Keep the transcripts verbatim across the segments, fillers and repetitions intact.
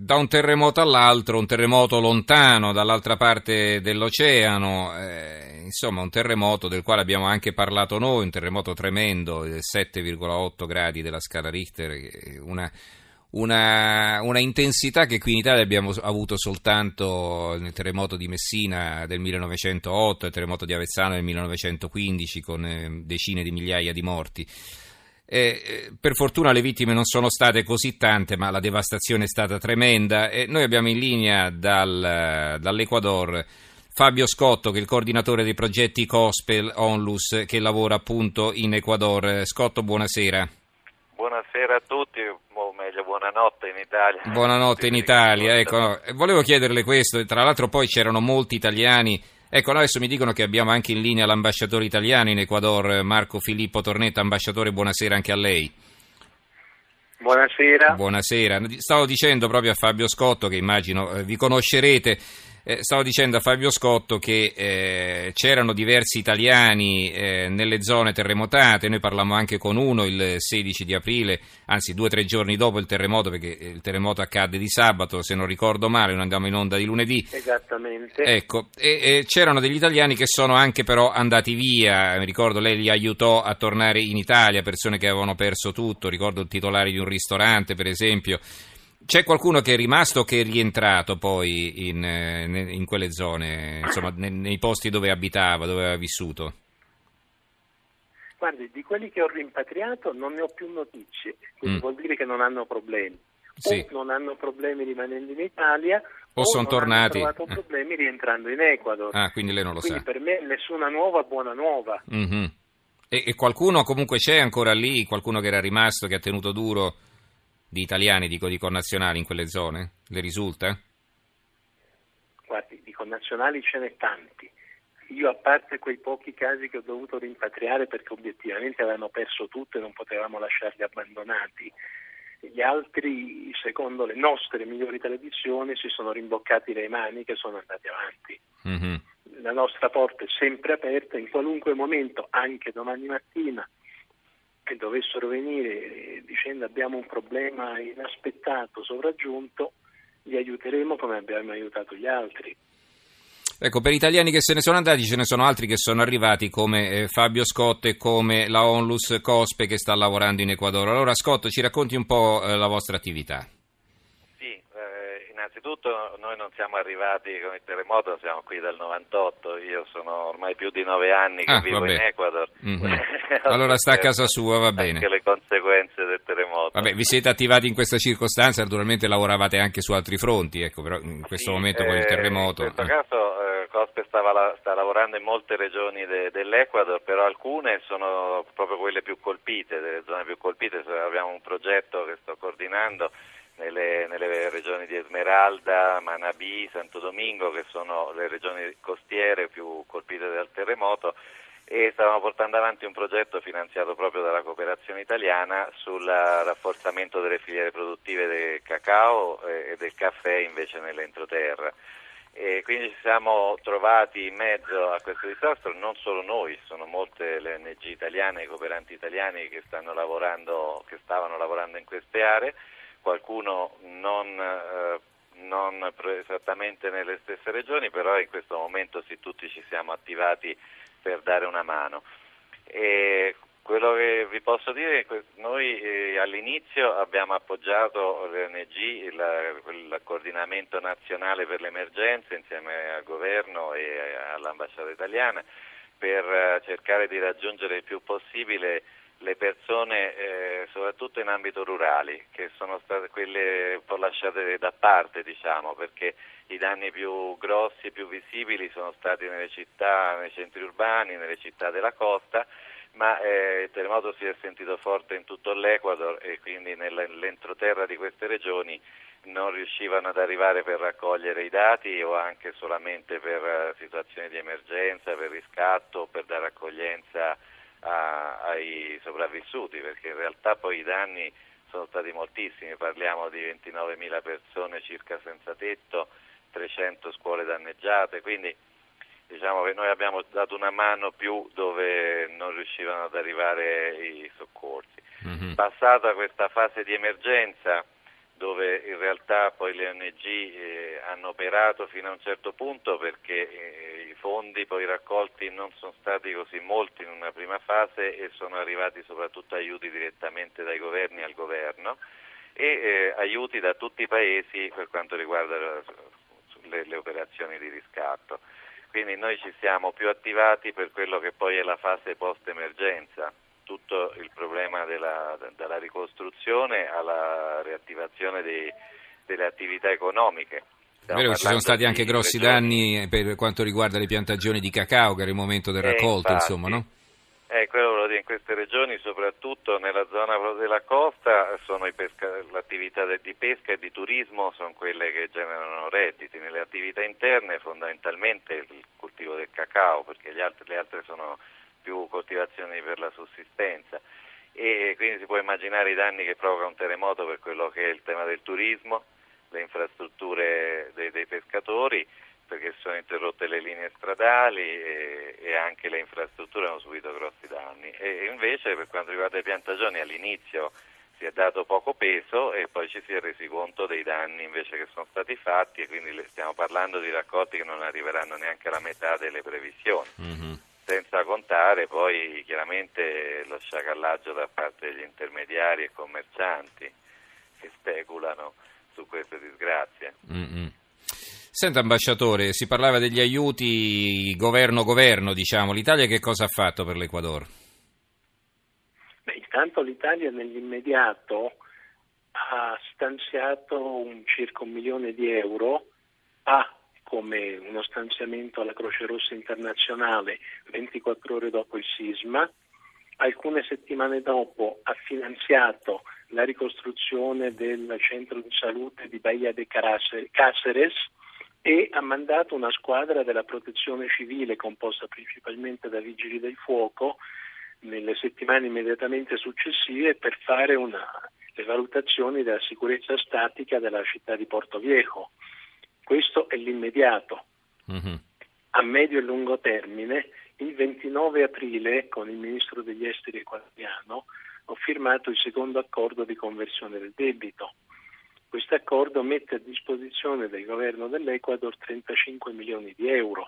da un terremoto all'altro, un terremoto lontano dall'altra parte dell'oceano, eh, insomma un terremoto del quale abbiamo anche parlato noi, un terremoto tremendo, sette virgola otto gradi della scala Richter, una, una, una intensità che qui in Italia abbiamo avuto soltanto nel terremoto di Messina del millenovecentootto, il terremoto di Avezzano del millenovecentoquindici con eh, decine di migliaia di morti. Eh, per fortuna le vittime non sono state così tante, ma la devastazione è stata tremenda. E noi abbiamo in linea dal, dall'Ecuador Fabio Scotto, che è il coordinatore dei progetti Cospel Onlus, che lavora appunto in Ecuador. Scotto, buonasera. Buonasera a tutti, o meglio buonanotte in Italia. Buonanotte in Italia, ecco, no, volevo chiederle questo, tra l'altro poi c'erano molti italiani. Ecco, adesso mi dicono che abbiamo anche in linea l'ambasciatore italiano in Ecuador, Marco Filippo Tornetta. Ambasciatore, buonasera anche a lei. Buonasera. Buonasera. Stavo dicendo proprio a Fabio Scotto, che immagino eh, vi conoscerete, eh, stavo dicendo a Fabio Scotto che eh, c'erano diversi italiani eh, nelle zone terremotate. Noi parlammo anche con uno il sedici di aprile, anzi due o tre giorni dopo il terremoto, perché il terremoto accadde di sabato, se non ricordo male, noi andiamo in onda di lunedì. Esattamente. Ecco, e, e c'erano degli italiani che sono anche però andati via. Mi ricordo lei li aiutò a tornare in Italia, persone che avevano perso tutto, ricordo il titolare di un ristorante per esempio. C'è qualcuno che è rimasto o che è rientrato poi in, in quelle zone, insomma nei, nei posti dove abitava, dove aveva vissuto? Guardi, di quelli che ho rimpatriato non ne ho più notizie, quindi mm. vuol dire che non hanno problemi. Sì. O non hanno problemi rimanendo in Italia, o, o sono non tornati. hanno trovato problemi rientrando in Ecuador. Ah, quindi lei non lo quindi sa. Per me nessuna nuova buona nuova. Mm-hmm. E, e qualcuno comunque c'è ancora lì, qualcuno che era rimasto, che ha tenuto duro, di italiani, dico di connazionali in quelle zone? Le risulta? Guardi, di connazionali ce n'è tanti. Io, a parte quei pochi casi che ho dovuto rimpatriare perché obiettivamente avevano perso tutto e non potevamo lasciarli abbandonati, gli altri, secondo le nostre migliori tradizioni, si sono rimboccati le maniche e sono andati avanti. Mm-hmm. La nostra porta è sempre aperta, in qualunque momento, anche domani mattina, che dovessero venire dicendo abbiamo un problema inaspettato, sopraggiunto, li aiuteremo come abbiamo aiutato gli altri. Ecco, per italiani che se ne sono andati ce ne sono altri che sono arrivati come eh, Fabio Scotto e come la Onlus Cospe che sta lavorando in Ecuador. Allora Scotto, ci racconti un po' eh, la vostra attività. Innanzitutto noi non siamo arrivati con il terremoto, siamo qui dal novantotto, io sono ormai più di nove anni che ah, vivo vabbè. in Ecuador. Mm-hmm. Allora sta a casa sua, va bene. Anche le conseguenze del terremoto. Vabbè, vi siete attivati in questa circostanza, naturalmente lavoravate anche su altri fronti, ecco, però in questo sì, momento eh, con il terremoto... In questo eh. caso eh, Cospe stava la, sta lavorando in molte regioni de, dell'Ecuador, però alcune sono proprio quelle più colpite, delle zone più colpite. Abbiamo un progetto che sto coordinando Nelle, nelle regioni di Esmeralda, Manabí, Santo Domingo, che sono le regioni costiere più colpite dal terremoto, e stavamo portando avanti un progetto finanziato proprio dalla cooperazione italiana sul rafforzamento delle filiere produttive del cacao e del caffè invece nell'entroterra. E quindi ci siamo trovati in mezzo a questo disastro, non solo noi, sono molte le O N G italiane, i cooperanti italiani che stanno lavorando, che stavano lavorando in queste aree. Qualcuno non, eh, non esattamente nelle stesse regioni, però in questo momento sì, tutti ci siamo attivati per dare una mano. E quello che vi posso dire è che noi eh, all'inizio abbiamo appoggiato le O N G, il, il coordinamento nazionale per le emergenze insieme al governo e all'ambasciata italiana per eh, cercare di raggiungere il più possibile le persone eh, soprattutto in ambito rurali, che sono state quelle un po' lasciate da parte, diciamo, perché i danni più grossi e più visibili sono stati nelle città, nei centri urbani, nelle città della costa, ma eh, il terremoto si è sentito forte in tutto l'Ecuador e quindi nell'entroterra di queste regioni non riuscivano ad arrivare per raccogliere i dati o anche solamente per uh, situazioni di emergenza, per riscatto, per dare accoglienza A, ai sopravvissuti, perché in realtà poi i danni sono stati moltissimi, parliamo di ventinovemila persone circa senza tetto, trecento scuole danneggiate, quindi diciamo che noi abbiamo dato una mano più dove non riuscivano ad arrivare i soccorsi. Mm-hmm. Passata questa fase di emergenza, dove in realtà poi le O N G eh, hanno operato fino a un certo punto perché eh, i fondi poi raccolti non sono stati così molti in una prima fase e sono arrivati soprattutto aiuti direttamente dai governi al governo e eh, aiuti da tutti i paesi per quanto riguarda le, le operazioni di riscatto. Quindi noi ci siamo più attivati per quello che poi è la fase post-emergenza, tutto il problema della, dalla ricostruzione alla riattivazione dei, delle attività economiche. È vero che ci sono stati anche grossi regioni... danni per quanto riguarda le piantagioni di cacao, che era il momento del raccolto, infatti, insomma, no? Eh, quello volevo dire, in queste regioni, soprattutto nella zona della costa, sono i pesca... l'attività di pesca e di turismo sono quelle che generano redditi. Nelle attività interne fondamentalmente il coltivo del cacao, perché gli altri, le altre sono più coltivazioni per la sussistenza e quindi si può immaginare i danni che provoca un terremoto per quello che è il tema del turismo, le infrastrutture dei, dei pescatori, perché sono interrotte le linee stradali e, e anche le infrastrutture hanno subito grossi danni. E invece per quanto riguarda le piantagioni all'inizio si è dato poco peso e poi ci si è resi conto dei danni invece che sono stati fatti e quindi stiamo parlando di raccolti che non arriveranno neanche alla metà delle previsioni. Mm-hmm. Senza contare poi chiaramente lo sciacallaggio da parte degli intermediari e commercianti che speculano su queste disgrazie. Mm-hmm. Senta ambasciatore, si parlava degli aiuti governo-governo, diciamo, l'Italia che cosa ha fatto per l'Ecuador? Beh, intanto l'Italia nell'immediato ha stanziato un, circa un milione di euro a come uno stanziamento alla Croce Rossa Internazionale ventiquattro ore dopo il sisma. Alcune settimane dopo ha finanziato la ricostruzione del centro di salute di Bahia de Cáceres e ha mandato una squadra della protezione civile composta principalmente da vigili del fuoco nelle settimane immediatamente successive per fare una, le valutazioni della sicurezza statica della città di Porto Viejo. Questo è l'immediato. Mm-hmm. A medio e lungo termine, il ventinove aprile, con il ministro degli esteri ecuadoriano, ho firmato il secondo accordo di conversione del debito. Questo accordo mette a disposizione del governo dell'Ecuador trentacinque milioni di euro.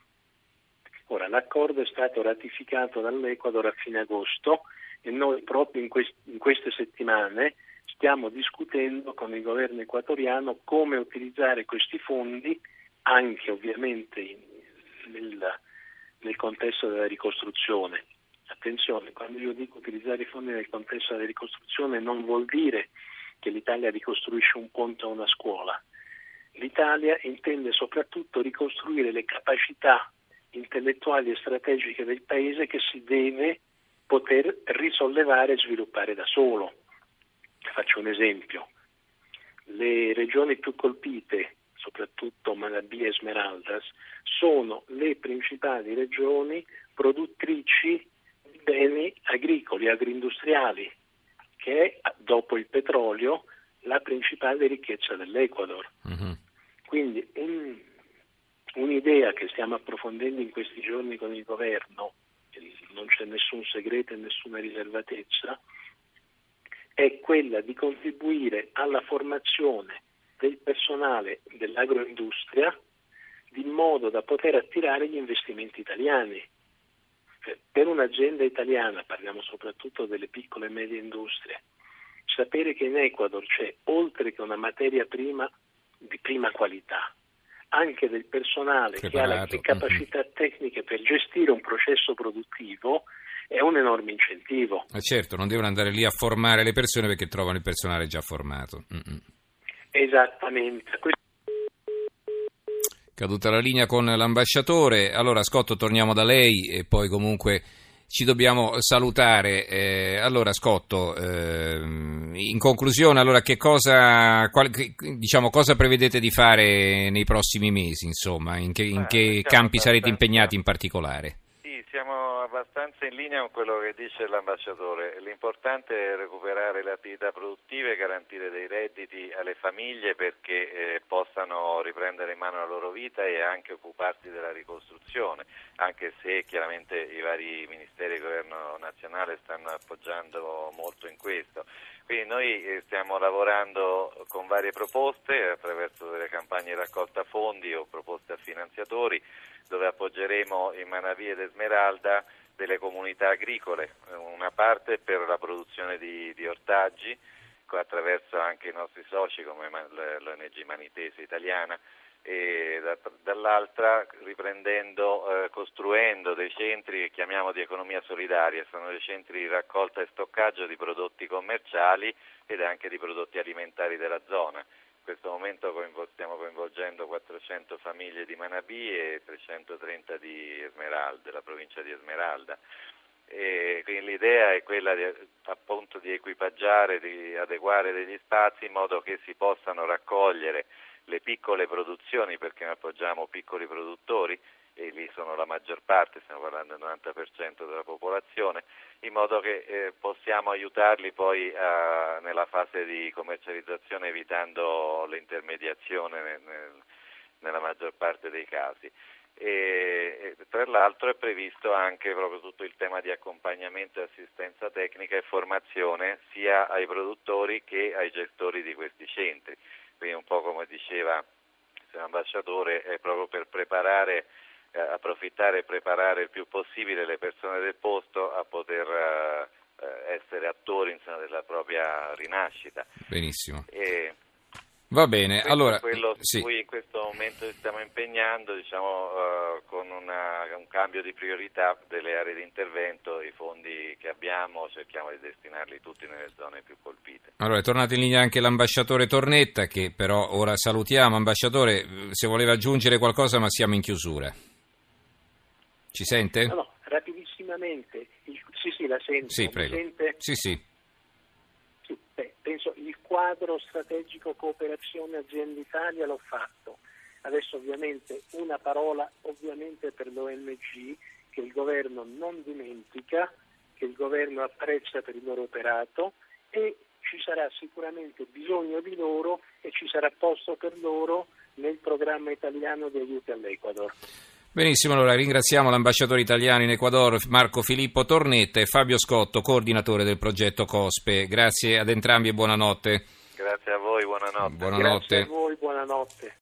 Ora, l'accordo è stato ratificato dall'Ecuador a fine agosto e noi proprio in, quest- in queste settimane stiamo discutendo con il governo ecuatoriano come utilizzare questi fondi anche ovviamente in, nel, nel contesto della ricostruzione. Attenzione, quando io dico utilizzare i fondi nel contesto della ricostruzione non vuol dire che l'Italia ricostruisce un ponte o una scuola. L'Italia intende soprattutto ricostruire le capacità intellettuali e strategiche del paese che si deve poter risollevare e sviluppare da solo. Faccio un esempio. Le regioni più colpite, soprattutto Manabí e Esmeraldas, sono le principali regioni produttrici di beni agricoli, agroindustriali, che è, dopo il petrolio, la principale ricchezza dell'Ecuador. Mm-hmm. Quindi un, un'idea che stiamo approfondendo in questi giorni con il governo, non c'è nessun segreto e nessuna riservatezza, è quella di contribuire alla formazione del personale dell'agroindustria di modo da poter attirare gli investimenti italiani. Per un'azienda italiana, parliamo soprattutto delle piccole e medie industrie, sapere che in Ecuador c'è, oltre che una materia prima di prima qualità, anche del personale Preparato. che ha le capacità mm-hmm. tecniche per gestire un processo produttivo, è un enorme incentivo. Ma certo, non devono andare lì a formare le persone perché trovano il personale già formato. Mm-mm. Esattamente. Caduta la linea con l'ambasciatore. Allora, Scotto, torniamo da lei e poi comunque ci dobbiamo salutare. Eh, allora, Scotto, eh, in conclusione, allora che cosa, qual, diciamo, cosa prevedete di fare nei prossimi mesi? Insomma, in che, in che campi sarete impegnati in particolare? Siamo abbastanza in linea con quello che dice l'ambasciatore. L'importante è recuperare le attività produttive e garantire dei redditi alle famiglie perché eh, possano riprendere in mano la loro vita e anche occuparsi della ricostruzione, anche se chiaramente i vari ministeri del governo nazionale stanno appoggiando molto in questo. Quindi noi stiamo lavorando con varie proposte attraverso delle campagne di raccolta fondi o proposte a finanziatori, dove appoggeremo in Manabì ed Esmeralda delle comunità agricole, una parte per la produzione di, di ortaggi attraverso anche i nostri soci come l'O N G Manitese Italiana, e da, dall'altra riprendendo, eh, costruendo dei centri che chiamiamo di economia solidaria. Sono dei centri di raccolta e stoccaggio di prodotti commerciali ed anche di prodotti alimentari della zona. In questo momento coinvol- stiamo coinvolgendo quattrocento famiglie di Manabì e trecentotrenta di Esmeralda, della provincia di Esmeralda. E quindi l'idea è quella di, appunto, di equipaggiare, di adeguare degli spazi in modo che si possano raccogliere le piccole produzioni, perché noi appoggiamo piccoli produttori e lì sono la maggior parte, stiamo parlando del novanta per cento della popolazione, in modo che eh, possiamo aiutarli poi a, nella fase di commercializzazione, evitando l'intermediazione nel, nel, nella maggior parte dei casi. E, e tra l'altro è previsto anche proprio tutto il tema di accompagnamento e assistenza tecnica e formazione sia ai produttori che ai gestori di questi centri. Quindi un po' come diceva l'ambasciatore, è proprio per preparare, eh, approfittare e preparare il più possibile le persone del posto a poter eh, essere attori, insomma, della propria rinascita. Benissimo. E, Va bene, questo allora è quello sì. su cui in questo momento ci stiamo impegnando, diciamo, uh, con una, un cambio di priorità delle aree di intervento. I fondi che abbiamo cerchiamo di destinarli tutti nelle zone più colpite. Allora è tornato in linea anche l'ambasciatore Tornetta, che però ora salutiamo. Ambasciatore, se voleva aggiungere qualcosa, ma siamo in chiusura. Ci sente? No, no, rapidissimamente. Il, sì, sì, la sento. Sì, prego. Sente? Sì, sì. Sì, beh, penso il quadro strategico cooperazione azienda Italia l'ho fatto. Adesso ovviamente una parola ovviamente per l'O N G, che il governo non dimentica, che il governo apprezza per il loro operato, e ci sarà sicuramente bisogno di loro e ci sarà posto per loro nel programma italiano di aiuti all'Ecuador. Benissimo, allora ringraziamo l'ambasciatore italiano in Ecuador Marco Filippo Tornetta e Fabio Scotto, coordinatore del progetto COSPE. Grazie ad entrambi e buonanotte. Grazie a voi, buonanotte. Buonanotte. Grazie a voi, buonanotte.